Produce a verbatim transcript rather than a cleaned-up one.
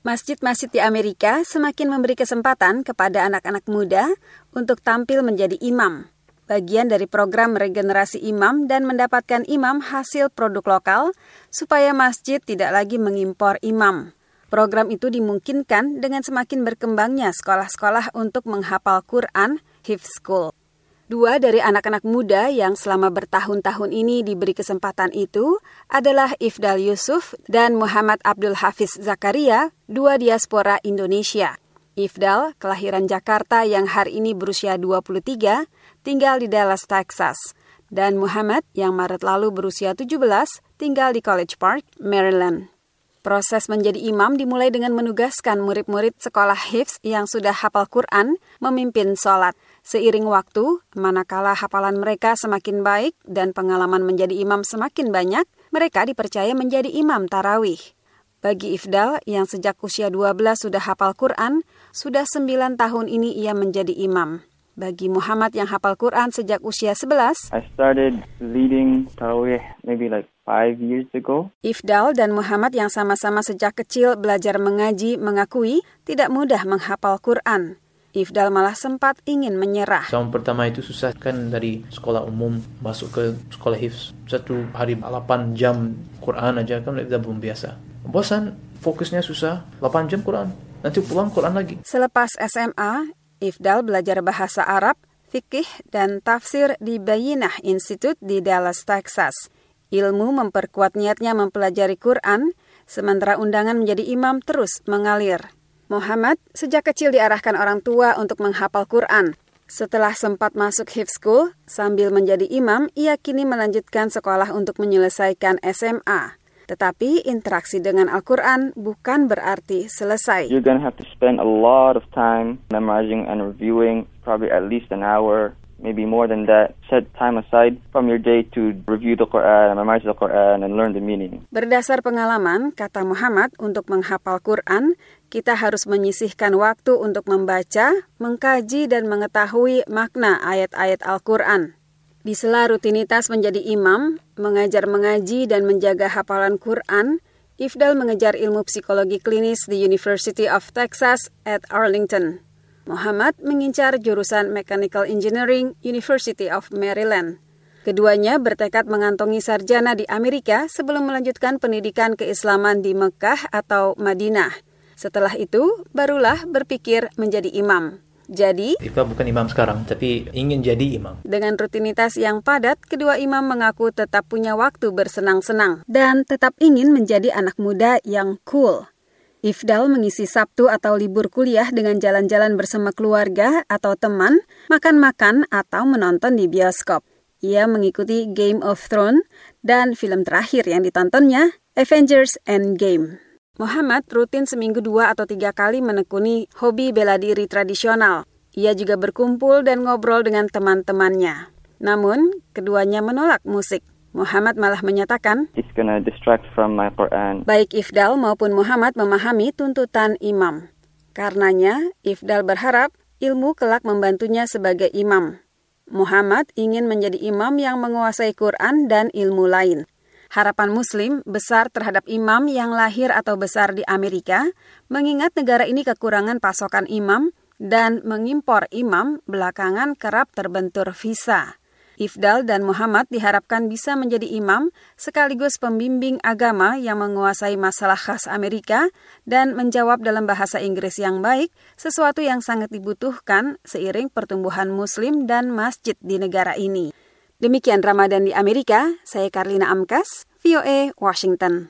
Masjid-masjid di Amerika semakin memberi kesempatan kepada anak-anak muda untuk tampil menjadi imam. Bagian dari program regenerasi imam dan mendapatkan imam hasil produk lokal supaya masjid tidak lagi mengimpor imam. Program itu dimungkinkan dengan semakin berkembangnya sekolah-sekolah untuk menghafal Quran, Hifz School. Dua dari anak-anak muda yang selama bertahun-tahun ini diberi kesempatan itu adalah Ifdal Yusuf dan Muhammad Abdul Hafiz Zakaria, dua diaspora Indonesia. Ifdal, kelahiran Jakarta yang hari ini berusia dua puluh tiga, tinggal di Dallas, Texas. Dan Muhammad yang Maret lalu berusia tujuh belas, tinggal di College Park, Maryland. Proses menjadi imam dimulai dengan menugaskan murid-murid sekolah Hifz yang sudah hafal Quran memimpin sholat. Seiring waktu, manakala hafalan mereka semakin baik dan pengalaman menjadi imam semakin banyak, mereka dipercaya menjadi imam tarawih. Bagi Ifdal yang sejak usia dua belas sudah hafal Quran, sudah sembilan tahun ini ia menjadi imam. Bagi Muhammad yang hafal Quran sejak usia sebelas, I started leading tarawih maybe like five years ago. Ifdal dan Muhammad yang sama-sama sejak kecil belajar mengaji mengakui tidak mudah menghafal Quran. Ifdal malah sempat ingin menyerah. Tahun pertama itu susah kan, dari sekolah umum masuk ke sekolah Hifz. Satu hari delapan jam Quran aja kan udah belum biasa. Bosan, fokusnya susah, delapan jam Quran. Nanti pulang Quran lagi. Selepas S M A, Ifdal belajar bahasa Arab, fikih, dan tafsir di Bayinah Institute di Dallas, Texas. Ilmu memperkuat niatnya mempelajari Quran, sementara undangan menjadi imam terus mengalir. Muhammad sejak kecil diarahkan orang tua untuk menghafal Quran. Setelah sempat masuk Hifz School, sambil menjadi imam, ia kini melanjutkan sekolah untuk menyelesaikan S M A. Tetapi interaksi dengan Al-Quran bukan berarti selesai. You're gonna have to spend a lot of time memorizing and reviewing, probably at least an hour, maybe more than that. Set time aside from your day to review the Quran, memorize the Quran, and learn the meaning. Berdasar pengalaman, kata Muhammad, untuk menghafal Quran, kita harus menyisihkan waktu untuk membaca, mengkaji, dan mengetahui makna ayat-ayat Al-Quran. Di sela rutinitas menjadi imam, mengajar mengaji, dan menjaga hafalan Quran, Ifdal mengejar ilmu psikologi klinis di University of Texas at Arlington. Muhammad mengincar jurusan Mechanical Engineering, University of Maryland. Keduanya bertekad mengantongi sarjana di Amerika sebelum melanjutkan pendidikan keislaman di Mekah atau Madinah. Setelah itu, barulah berpikir menjadi imam. Jadi, Ifdal bukan imam sekarang, tapi ingin jadi imam. Dengan rutinitas yang padat, kedua imam mengaku tetap punya waktu bersenang-senang dan tetap ingin menjadi anak muda yang cool. Ifdal mengisi Sabtu atau libur kuliah dengan jalan-jalan bersama keluarga atau teman, makan-makan atau menonton di bioskop. Ia mengikuti Game of Thrones dan film terakhir yang ditontonnya, Avengers Endgame. Muhammad rutin seminggu dua atau tiga kali menekuni hobi bela diri tradisional. Ia juga berkumpul dan ngobrol dengan teman-temannya. Namun, keduanya menolak musik. Muhammad malah menyatakan, It's gonna distract from my Quran. Baik Ifdal maupun Muhammad memahami tuntutan imam. Karenanya, Ifdal berharap ilmu kelak membantunya sebagai imam. Muhammad ingin menjadi imam yang menguasai Quran dan ilmu lain. Harapan Muslim besar terhadap imam yang lahir atau besar di Amerika, mengingat negara ini kekurangan pasokan imam dan mengimpor imam belakangan kerap terbentur visa. Ifdal dan Muhammad diharapkan bisa menjadi imam sekaligus pembimbing agama yang menguasai masalah khas Amerika dan menjawab dalam bahasa Inggris yang baik, sesuatu yang sangat dibutuhkan seiring pertumbuhan Muslim dan masjid di negara ini. Demikian Ramadan di Amerika, saya Karlina Amkas, V O A, Washington.